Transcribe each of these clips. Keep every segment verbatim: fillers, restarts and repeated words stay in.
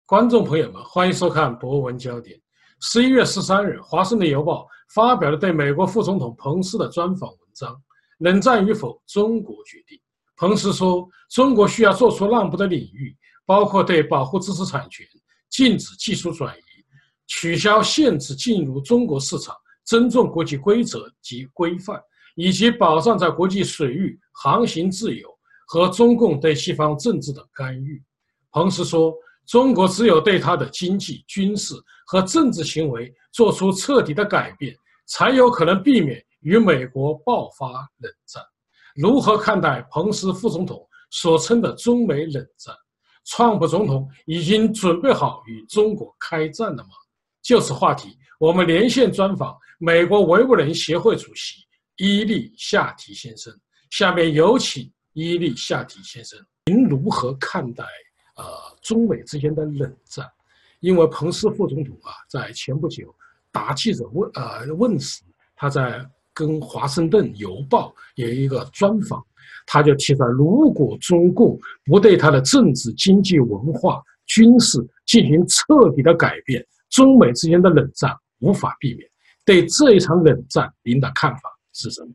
观众朋友们，欢迎收看博文焦点。十一月十三日，《华盛顿邮报》发表了对美国副总统彭斯的专访文章，冷战与否，中国决定。彭斯说，中国需要做出让步的领域，包括对保护知识产权、禁止技术转移、取消限制进入中国市场、尊重国际规则及规范，以及保障在国际水域航行自由和中共对西方政治的干预。彭斯说，中国只有对它的经济、军事和政治行为做出彻底的改变，才有可能避免与美国爆发冷战。如何看待彭斯副总统所称的中美冷战？川普总统已经准备好与中国开战了吗？就此话题，我们连线专访美国维吾尔人协会主席伊利夏提先生。下面有请伊利夏提先生，您如何看待呃，中美之间的冷战？因为彭斯副总统啊，在前不久答记者问呃问时，他在跟《华盛顿邮报》有一个专访，他就提出来，如果中共不对他的政治、经济、文化、军事进行彻底的改变，中美之间的冷战无法避免。对这一场冷战，您的看法是什么？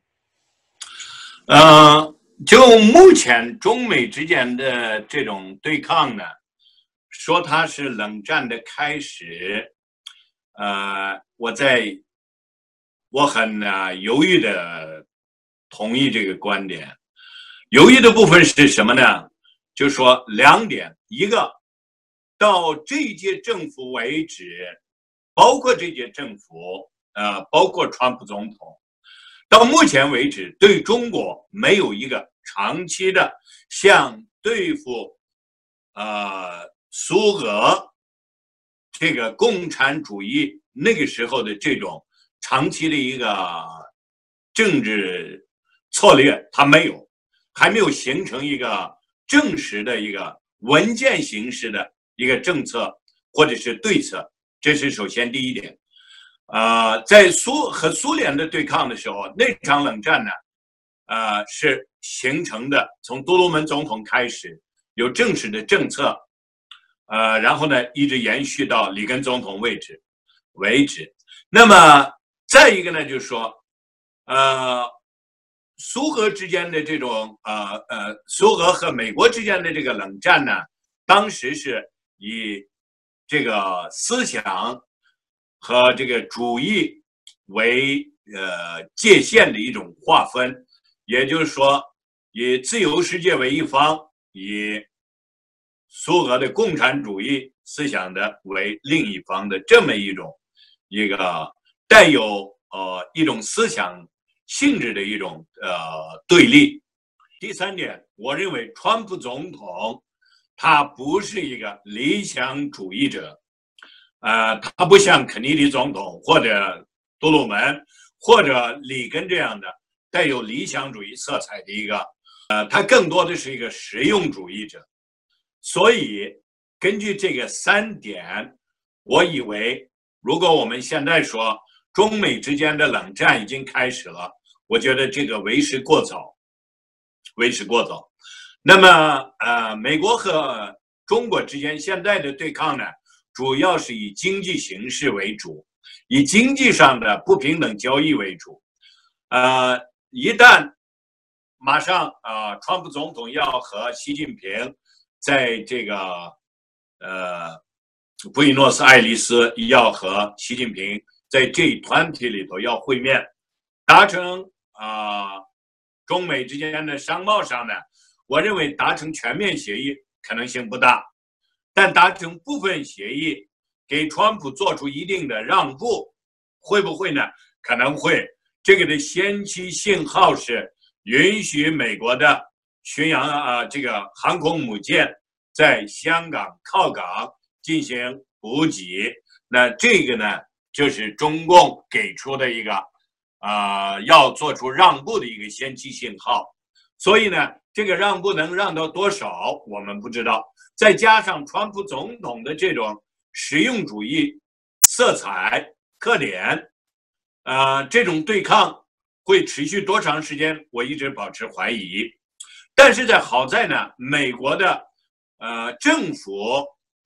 呃。就目前中美之间的这种对抗呢，说它是冷战的开始，呃，我在我很呃犹豫的同意这个观点。犹豫的部分是什么呢？就说两点，一个到这一届政府为止，包括这届政府，呃，包括川普总统。到目前为止，对中国没有一个长期的像对付呃苏俄这个共产主义那个时候的这种长期的一个政治策略，它没有，还没有形成一个正式的一个文件形式的一个政策或者是对策，这是首先第一点。呃，在苏和苏联的对抗的时候，那场冷战呢，呃，是形成的，从杜鲁门总统开始有正式的政策，呃，然后呢，一直延续到里根总统为止为止。那么再一个呢，就是说，呃，苏俄之间的这种呃呃，苏俄和美国之间的这个冷战呢，当时是以这个思想和这个主义为呃界限的一种划分，也就是说，以自由世界为一方，以苏俄的共产主义思想的为另一方的这么一种一个带有呃一种思想性质的一种呃对立。第三点，我认为川普总统他不是一个理想主义者。呃，他不像肯尼迪总统或者杜鲁门或者里根这样的带有理想主义色彩的一个，呃，他更多的是一个实用主义者。所以根据这个三点，我以为如果我们现在说中美之间的冷战已经开始了，我觉得这个为时过早，为时过早。那么，呃，美国和中国之间现在的对抗呢，主要是以经济形势为主，以经济上的不平等交易为主。呃，一旦马上啊、呃，川普总统要和习近平在这个呃布宜诺斯艾利斯要和习近平在这一团体里头要会面，达成啊、呃、中美之间的商贸上呢，我认为达成全面协议可能性不大。但达成部分协议，给川普做出一定的让步，会不会呢？可能会。这个的先期信号是允许美国的巡洋啊、呃、这个航空母舰在香港靠港进行补给。那这个呢，就是中共给出的一个啊、呃、要做出让步的一个先期信号。所以呢，这个让步能让到多少，我们不知道。再加上川普总统的这种实用主义色彩特点，呃，这种对抗会持续多长时间，我一直保持怀疑。但是在好在呢，美国的呃政府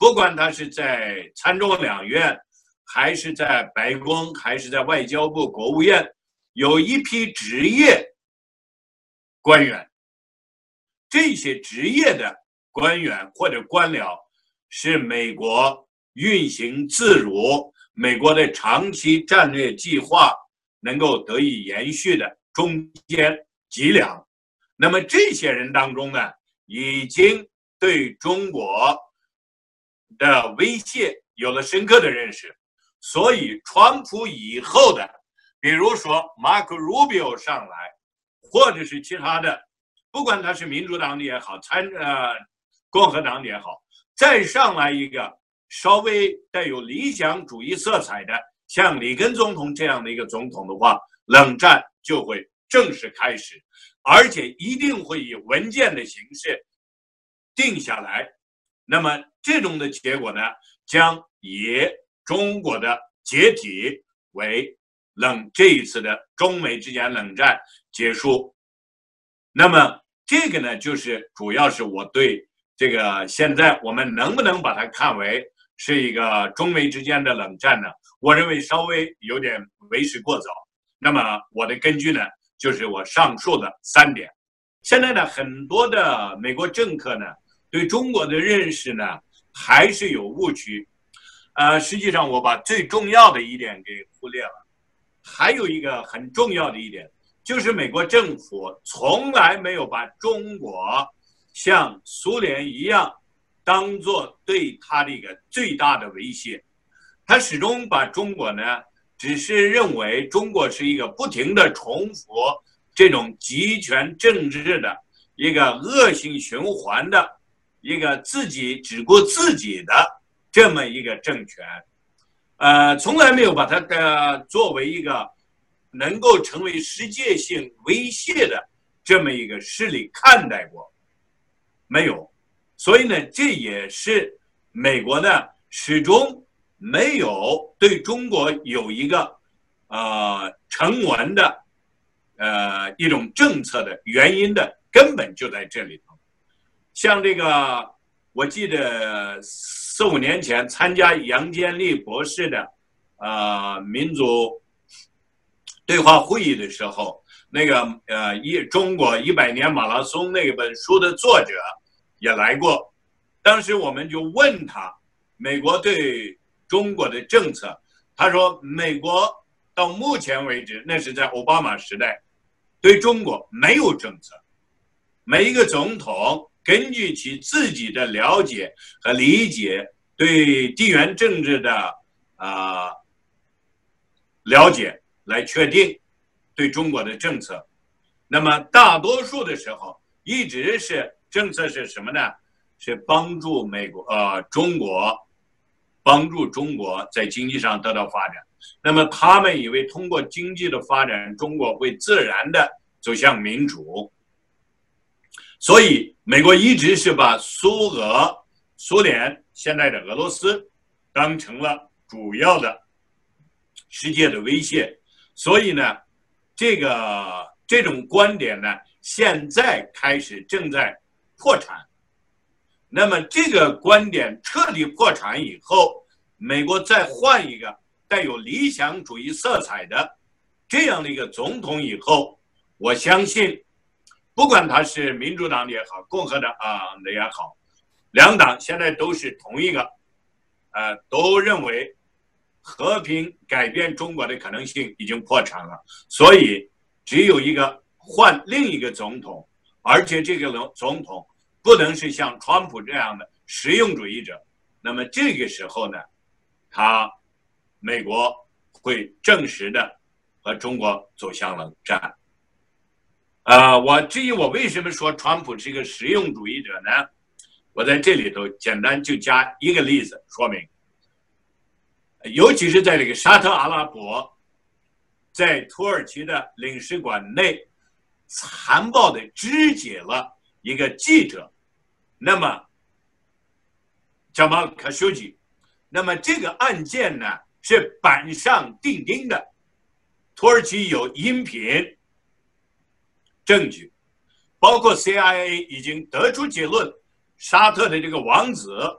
不管他是在参众两院，还是在白宫，还是在外交部、国务院，有一批职业官员。这些职业的官员或者官僚是美国运行自如，美国的长期战略计划能够得以延续的中坚脊梁。那么这些人当中呢，已经对中国的威胁有了深刻的认识，所以川普以后的，比如说马可·鲁比欧上来，或者是其他的，不管他是民主党的也好，参呃共和党的也好，再上来一个稍微带有理想主义色彩的，像里根总统这样的一个总统的话，冷战就会正式开始，而且一定会以文件的形式定下来。那么这种的结果呢，将以中国的解体为冷这一次的中美之间冷战结束。那么这个呢，就是主要是我对这个现在我们能不能把它看为是一个中美之间的冷战呢？我认为稍微有点为时过早。那么我的根据呢，就是我上述的三点。现在呢，很多的美国政客呢，对中国的认识呢，还是有误区。呃，实际上我把最重要的一点给忽略了。还有一个很重要的一点，就是美国政府从来没有把中国像苏联一样当作对他的一个最大的威胁。他始终把中国呢，只是认为中国是一个不停的重复这种集权政治的一个恶性循环的一个自己只顾自己的这么一个政权，呃，从来没有把它的作为一个能够成为世界性威胁的这么一个势力看待过，没有。所以呢，这也是美国呢始终没有对中国有一个呃成文的呃一种政策的原因的根本就在这里头。像这个，我记得四五年前参加杨坚立博士的呃民主对话会议的时候，那个呃一中国一百年马拉松那本书的作者也来过。当时我们就问他美国对中国的政策，他说美国到目前为止，那是在奥巴马时代，对中国没有政策，每一个总统根据其自己的了解和理解，对地缘政治的啊、呃、了解来确定对中国的政策。那么大多数的时候，一直是政策是什么呢？是帮助美国呃中国，帮助中国在经济上得到发展。那么他们以为通过经济的发展，中国会自然的走向民主。所以美国一直是把苏俄、苏联、现在的俄罗斯当成了主要的世界的威胁。所以呢，这个这种观点呢，现在开始正在破产。那么这个观点彻底破产以后，美国再换一个带有理想主义色彩的这样的一个总统以后，我相信不管他是民主党的也好，共和党啊的也好，两党现在都是同一个，呃，都认为和平改变中国的可能性已经破产了，所以只有一个换另一个总统，而且这个总统不能是像川普这样的实用主义者。那么这个时候呢，他美国会正式的和中国走向冷战。呃，我至于我为什么说川普是一个实用主义者呢？我在这里头简单就加一个例子说明，尤其是在这个沙特阿拉伯，在土耳其的领事馆内残暴的肢解了一个记者，那么叫马卡修吉，那么这个案件呢是板上钉钉的，土耳其有音频证据，包括 C I A 已经得出结论，沙特的这个王子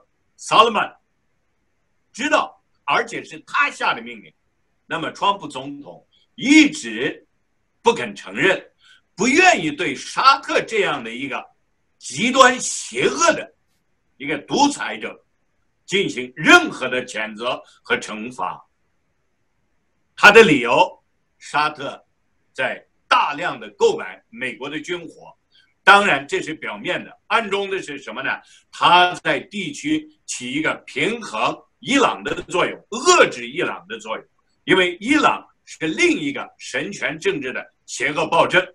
Solomon 知道，而且是他下的命令。那么，川普总统一直不肯承认，不愿意对沙特这样的一个极端邪恶的一个独裁者进行任何的谴责和惩罚。他的理由，沙特在大量的购买美国的军火，当然这是表面的，暗中的是什么呢？他在地区起一个平衡伊朗的作用，遏制伊朗的作用，因为伊朗是另一个神权政治的邪恶暴政。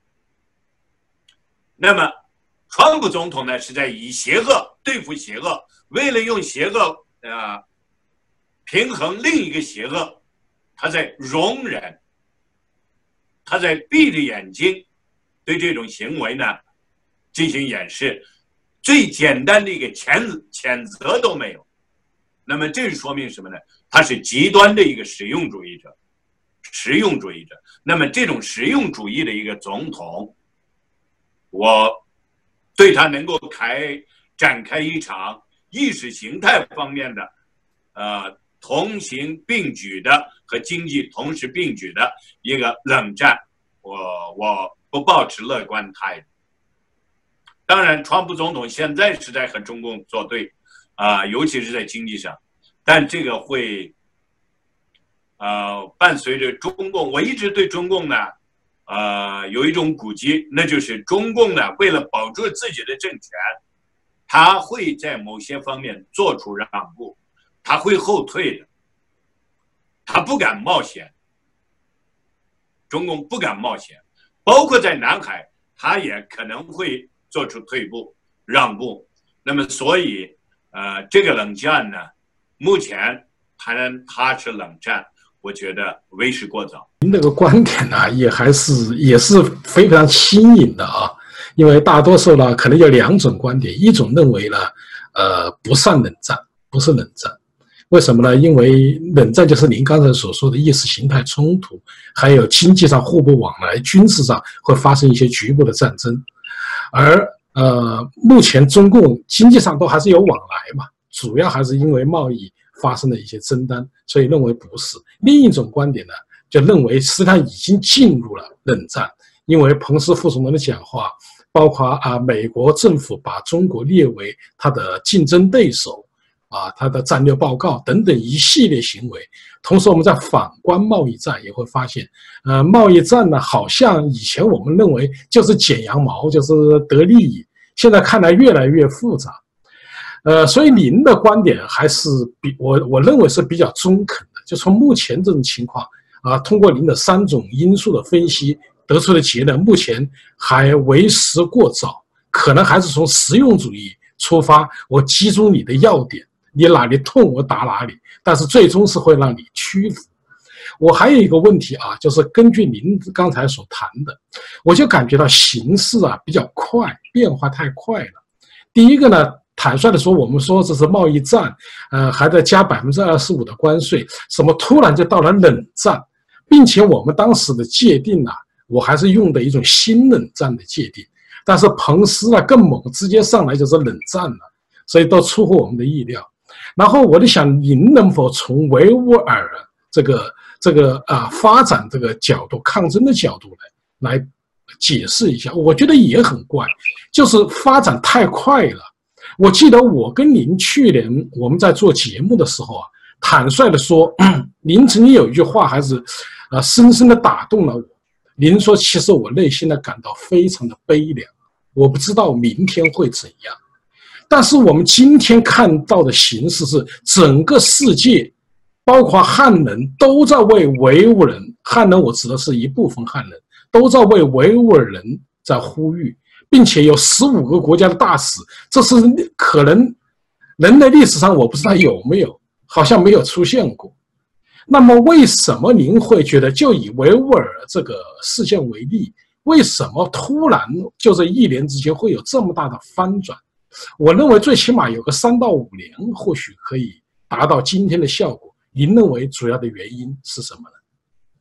那么，川普总统呢是在以邪恶对付邪恶，为了用邪恶呃平衡另一个邪恶，他在容忍，他在闭着眼睛对这种行为呢进行掩饰，最简单的一个谴谴责都没有。那么这说明什么呢？他是极端的一个实用主义者，实用主义者。那么这种实用主义的一个总统，我对他能够开展开一场意识形态方面的呃同行并举的和经济同时并举的一个冷战，我我不抱持乐观态度。当然，川普总统现在是在和中共作对，啊、呃，尤其是在经济上，但这个会，呃，伴随着中共，我一直对中共呢，呃，有一种估计，那就是中共呢，为了保住自己的政权，他会在某些方面做出让步，他会后退的，他不敢冒险，中共不敢冒险，包括在南海，他也可能会做出退步、让步。那么，所以，呃，这个冷战呢，目前谈它是冷战，我觉得为时过早。 您这个观点呢，也还是也是非常新颖的啊，因为大多数呢，可能有两种观点，一种认为呢，呃，不算冷战，不是冷战。为什么呢？因为冷战就是您刚才所说的意识形态冲突，还有经济上互不往来，军事上会发生一些局部的战争，而呃，目前中共经济上都还是有往来嘛，主要还是因为贸易发生的一些争端，所以认为不是。另一种观点呢，就认为实际上已经进入了冷战，因为彭斯副总统的讲话，包括啊美国政府把中国列为他的竞争对手。啊，他的战略报告等等一系列行为，同时我们在反观贸易战也会发现，呃，贸易战呢，好像以前我们认为就是剪羊毛，就是得利益，现在看来越来越复杂。呃，所以您的观点还是比我我认为是比较中肯的，就从目前这种情况啊，通过您的三种因素的分析得出的结论，目前还为时过早，可能还是从实用主义出发，我击中你的要点。你哪里痛我打哪里，但是最终是会让你屈服。我还有一个问题啊，就是根据您刚才所谈的，我就感觉到形势啊比较快，变化太快了。第一个呢，坦率的说，我们说这是贸易战，呃，还在加百分之二十五的关税，什么突然就到了冷战，并且我们当时的界定啊，我还是用的一种新冷战的界定，但是彭斯啊更猛，直接上来就是冷战了，所以都出乎我们的意料。然后我就想，您能否从维吾尔这个这个啊发展这个角度、抗争的角度来来解释一下？我觉得也很怪，就是发展太快了。我记得我跟您去年我们在做节目的时候啊，坦率的说，您曾经有一句话还是啊深深的打动了我。您说，其实我内心呢感到非常的悲凉，我不知道明天会怎样。但是我们今天看到的形势是，整个世界，包括汉人，都在为维吾尔人，汉人我指的是一部分汉人，都在为维吾尔人在呼吁，并且有十五个国家的大使，这是可能人类历史上我不知道有没有，好像没有出现过。那么为什么您会觉得，就以维吾尔这个事件为例，为什么突然就这一年之间会有这么大的翻转？我认为最起码有个三到五年，或许可以达到今天的效果。您认为主要的原因是什么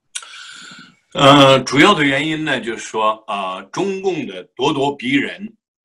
呢？ 呃，主要的原因呢，就是说，呃，中共的咄咄逼人，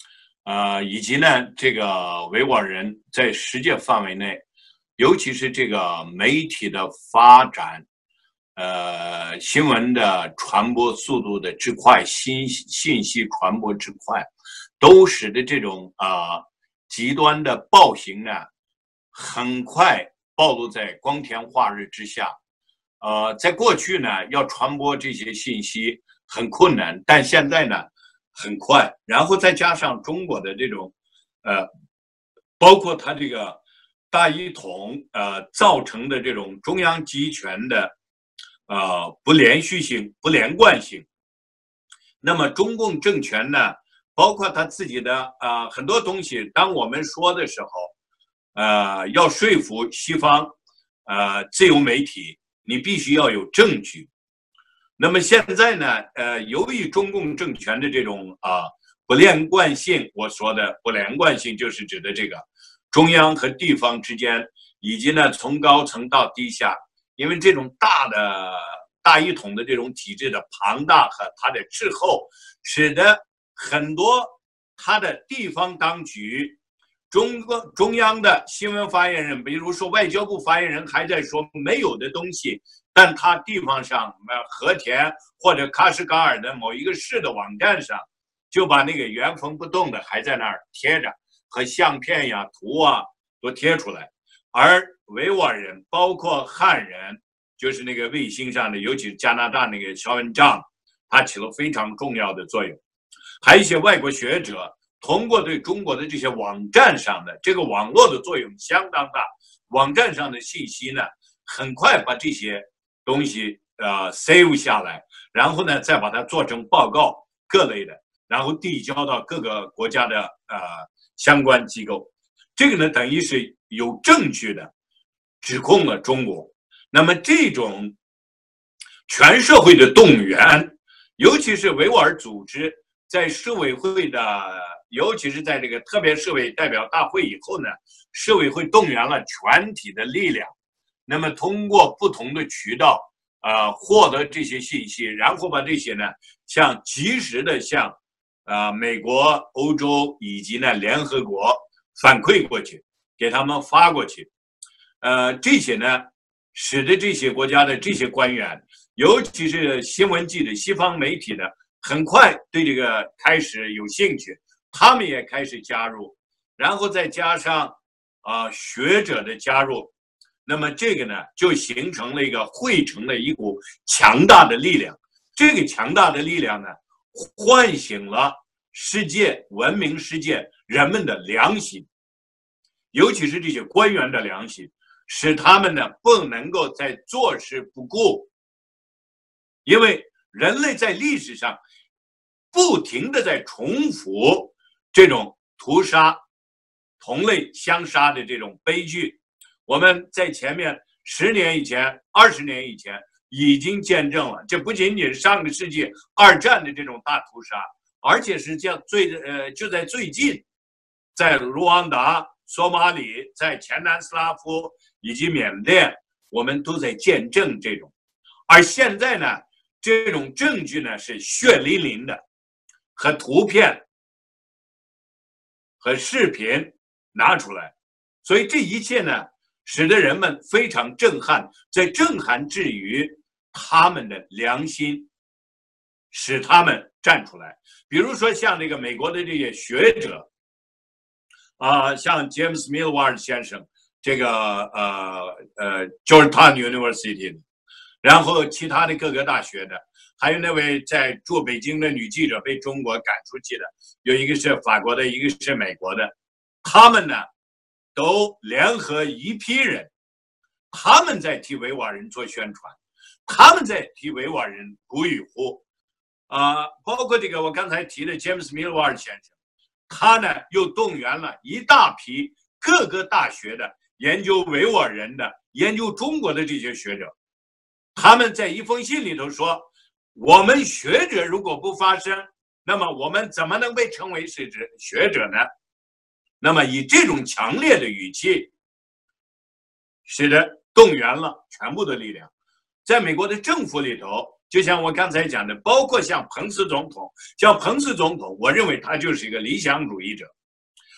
呃，以及呢，这个维吾尔人在世界范围内，尤其是这个媒体的发展，呃，新闻的传播速度的之快，信信息传播之快，都使得这种啊、呃、极端的暴行呢，很快暴露在光天化日之下。呃，在过去呢，要传播这些信息很困难，但现在呢，很快。然后再加上中国的这种，呃，包括它这个大一统呃造成的这种中央集权的呃不连续性、不连贯性。那么中共政权呢，包括他自己的啊、呃、很多东西，当我们说的时候，呃，要说服西方呃自由媒体。你必须要有证据。那么现在呢，呃，由于中共政权的这种啊不连贯性，我说的不连贯性就是指的这个中央和地方之间，以及呢从高层到低下，因为这种大的大一统的这种体制的庞大和它的滞后，使得很多它的地方当局。中国中央的新闻发言人，比如说外交部发言人，还在说没有的东西，但他地方上，呃，和田或者喀什噶尔的某一个市的网站上，就把那个原封不动的还在那儿贴着，和相片呀、图啊都贴出来。而维吾尔人，包括汉人，就是那个卫星上的，尤其是加拿大那个肖恩帐，他起了非常重要的作用。还有一些外国学者。通过对中国的这些网站上的这个网络的作用相当大，网站上的信息呢，很快把这些东西呃 save 下来，然后呢再把它做成报告各类的，然后递交到各个国家的呃相关机构。这个呢等于是有证据的指控了中国。那么这种全社会的动员，尤其是维吾尔组织在市委会的。尤其是在这个特别市委代表大会以后呢，市委会动员了全体的力量，那么通过不同的渠道，呃，获得这些信息，然后把这些呢，向及时的向，呃，美国、欧洲以及呢联合国反馈过去，给他们发过去，呃，这些呢，使得这些国家的这些官员，尤其是新闻记者、西方媒体的，很快对这个开始有兴趣。他们也开始加入，然后再加上啊、呃、学者的加入，那么这个呢就形成了一个汇成了一股强大的力量。这个强大的力量呢，唤醒了世界文明世界人们的良心，尤其是这些官员的良心，使他们呢不能够再坐视不顾，因为人类在历史上不停的在重复。这种屠杀、同类相杀的这种悲剧，我们在前面十年以前、二十年以前已经见证了。这不仅仅是上个世纪二战的这种大屠杀，而且是这样最呃就在最近，在卢旺达、索马里、在前南斯拉夫以及缅甸，我们都在见证这种。而现在呢，这种证据呢是血淋淋的，和图片。和视频拿出来，所以这一切呢，使得人们非常震撼，在震撼之余，他们的良心使他们站出来。比如说像这个美国的这些学者，啊、呃，像 James Millward 先生，这个呃呃 Georgetown University 的，然后其他的各个大学的。还有那位在驻北京的女记者被中国赶出去的，有一个是法国的，一个是美国的，他们呢都联合一批人，他们在替维吾尔人做宣传，他们在替维吾尔人鼓与呼，啊、呃，包括这个我刚才提的 James Millward 先生，他呢又动员了一大批各个大学的研究维吾尔人的、研究中国的这些学者，他们在一封信里头说。我们学者如果不发声，那么我们怎么能被称为是学者呢？那么以这种强烈的语气，使得动员了全部的力量。在美国的政府里头，就像我刚才讲的，包括像彭斯总统，像彭斯总统，我认为他就是一个理想主义者，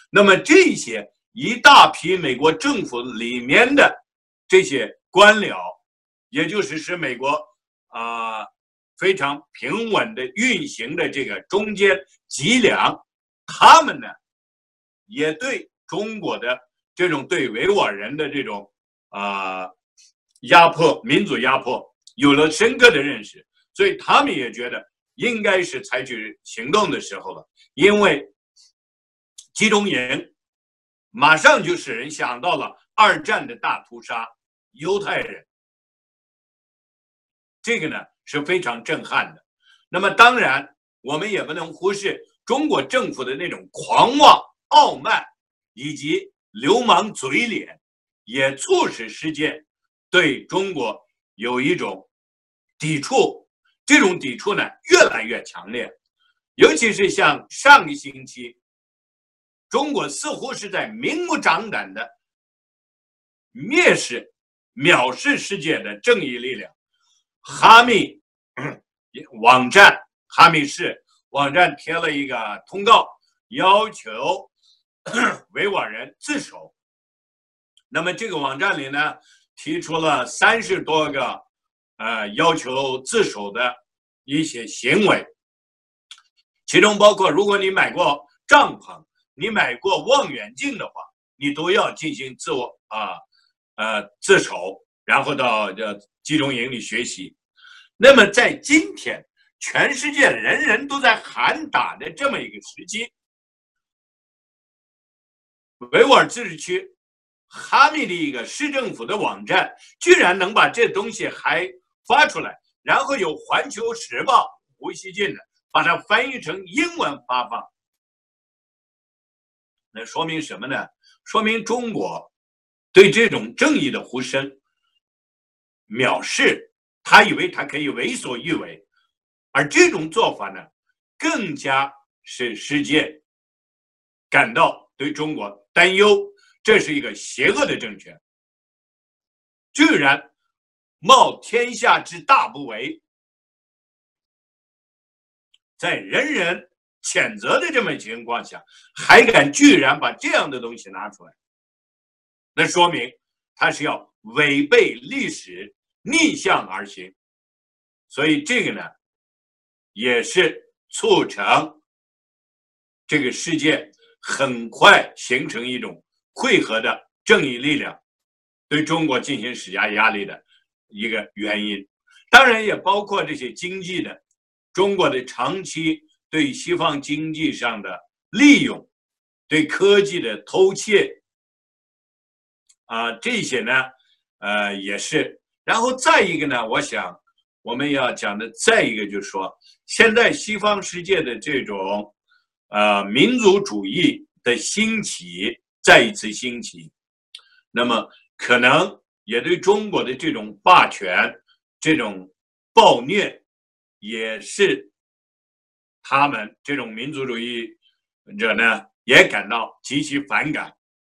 那么这些一大批美国政府里面的这些官僚，也就是使美国啊、呃、非常平稳的运行的这个中间脊梁，他们呢也对中国的这种对维吾尔人的这种啊、呃、压迫、民族压迫有了深刻的认识，所以他们也觉得应该是采取行动的时候了，因为集中营马上就使人想到了二战的大屠杀犹太人，这个呢是非常震撼的。那么当然我们也不能忽视中国政府的那种狂妄、傲慢以及流氓嘴脸，也促使世界对中国有一种抵触，这种抵触呢越来越强烈。尤其是像上个星期，中国似乎是在明目张胆的蔑视、藐视世界的正义力量。哈密网站、哈密市网站贴了一个通告，要求维吾尔人自首。那么这个网站里呢，提出了三十多个呃要求自首的一些行为，其中包括如果你买过帐篷，你买过望远镜的话，你都要进行自我啊呃自首，然后到这集中营里学习。那么在今天全世界人人都在喊打的这么一个时期，维吾尔自治区哈密的一个市政府的网站居然能把这东西还发出来，然后有《环球时报》胡锡进的把它翻译成英文发放。那说明什么呢？说明中国对这种正义的呼声藐视，他以为他可以为所欲为，而这种做法呢，更加使世界感到对中国担忧，这是一个邪恶的政权，居然冒天下之大不韪，在人人谴责的这么情况下，还敢居然把这样的东西拿出来，那说明他是要违背历史，逆向而行。所以这个呢，也是促成这个世界很快形成一种汇合的正义力量，对中国进行施加压力的一个原因。当然也包括这些经济的，中国的长期对西方经济上的利用，对科技的偷窃啊、呃，这些呢，呃，也是。然后再一个呢，我想我们要讲的再一个就是说，现在西方世界的这种呃民族主义的兴起，再一次兴起，那么可能也对中国的这种霸权、这种暴虐，也是他们这种民族主义者呢也感到极其反感，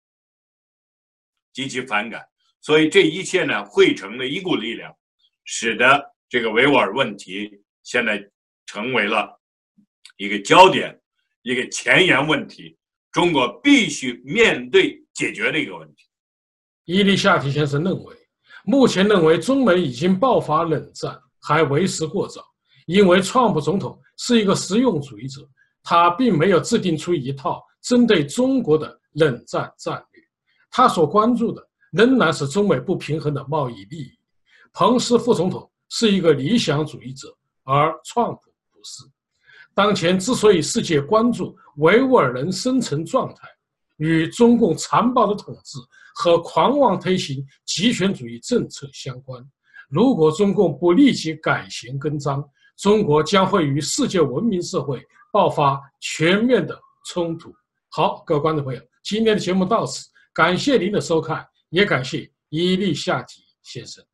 极其反感。所以这一切呢汇成了一股力量，使得这个维吾尔问题现在成为了一个焦点，一个前沿问题，中国必须面对解决的一个问题。 伊利夏提先生认为，目前认为中美已经爆发冷战还为时过早，因为川普总统是一个实用主义者，他并没有制定出一套针对中国的冷战战略，他所关注的仍然是中美不平衡的贸易利益。彭斯副总统是一个理想主义者，而川普不是。当前之所以世界关注维吾尔人生存状态，与中共残暴的统治和狂妄推行极权主义政策相关。如果中共不立即改弦更张，中国将会与世界文明社会爆发全面的冲突。好，各位观众朋友，今天的节目到此，感谢您的收看，也感谢伊利夏提先生。